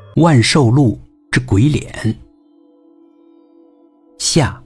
万寿路之鬼脸下。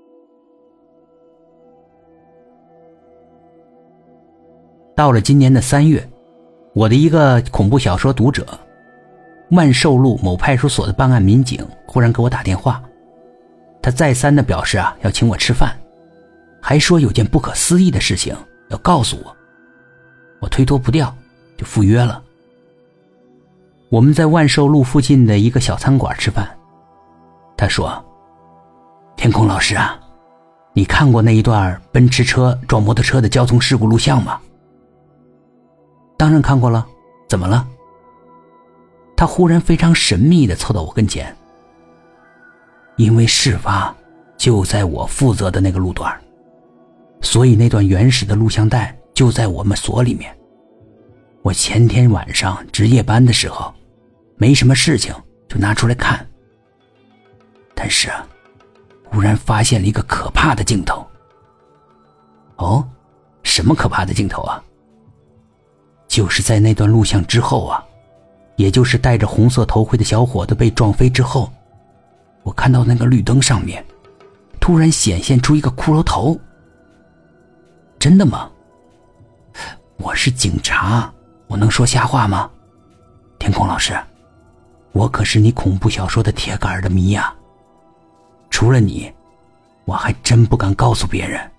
到了今年的3月，我的一个恐怖小说读者，万寿路某派出所的办案民警忽然给我打电话，他再三地表示要请我吃饭，还说有件不可思议的事情要告诉我。我推脱不掉，就赴约了。我们在万寿路附近的一个小餐馆吃饭。他说：天空老师啊，你看过那一段奔驰车撞摩托车的交通事故录像吗？当然看过了，怎么了？他忽然非常神秘地凑到我跟前。因为事发就在我负责的那个路段，所以那段原始的录像带就在我们所里面。我前天晚上值夜班的时候没什么事情，就拿出来看。但是忽然发现了一个可怕的镜头。哦，什么可怕的镜头啊？就是在那段录像之后也就是戴着红色头盔的小伙子被撞飞之后，我看到那个绿灯上面突然显现出一个骷髅头。真的吗？我是警察，我能说瞎话吗？天空老师，我可是你恐怖小说的铁杆的迷呀，除了你，我还真不敢告诉别人。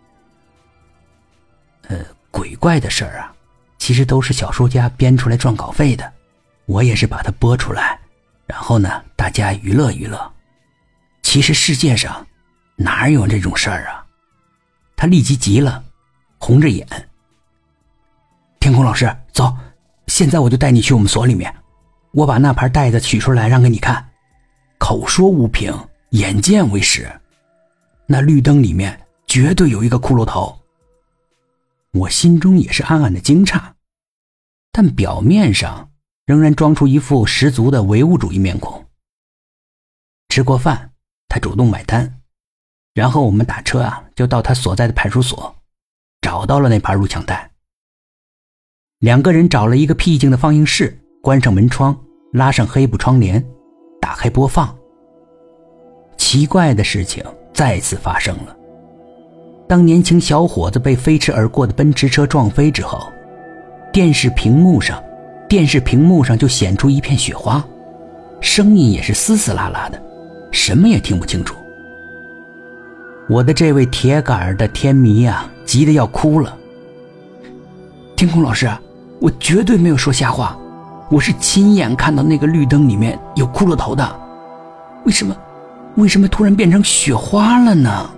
鬼怪的事儿其实都是小说家编出来赚稿费的，我也是把它播出来，然后呢，大家娱乐娱乐。其实世界上哪有这种事儿啊？他立即急了，红着眼。天空老师，走，现在我就带你去我们所里面，我把那盘带子取出来让给你看。口说无凭，眼见为实，那绿灯里面绝对有一个骷髅头。我心中也是暗暗的惊诧，但表面上仍然装出一副十足的唯物主义面孔。吃过饭，他主动买单，然后我们打车就到他所在的派出所，找到了那盘录像带。两个人找了一个僻静的放映室，关上门窗，拉上黑布窗帘，打开播放。奇怪的事情再次发生了。当年轻小伙子被飞驰而过的奔驰车撞飞之后，电视屏幕上就显出一片雪花，声音也是嘶嘶啦啦的，什么也听不清楚。我的这位铁杆的天迷急得要哭了。天空老师，我绝对没有说瞎话，我是亲眼看到那个绿灯里面有骷髅头的。为什么突然变成雪花了呢？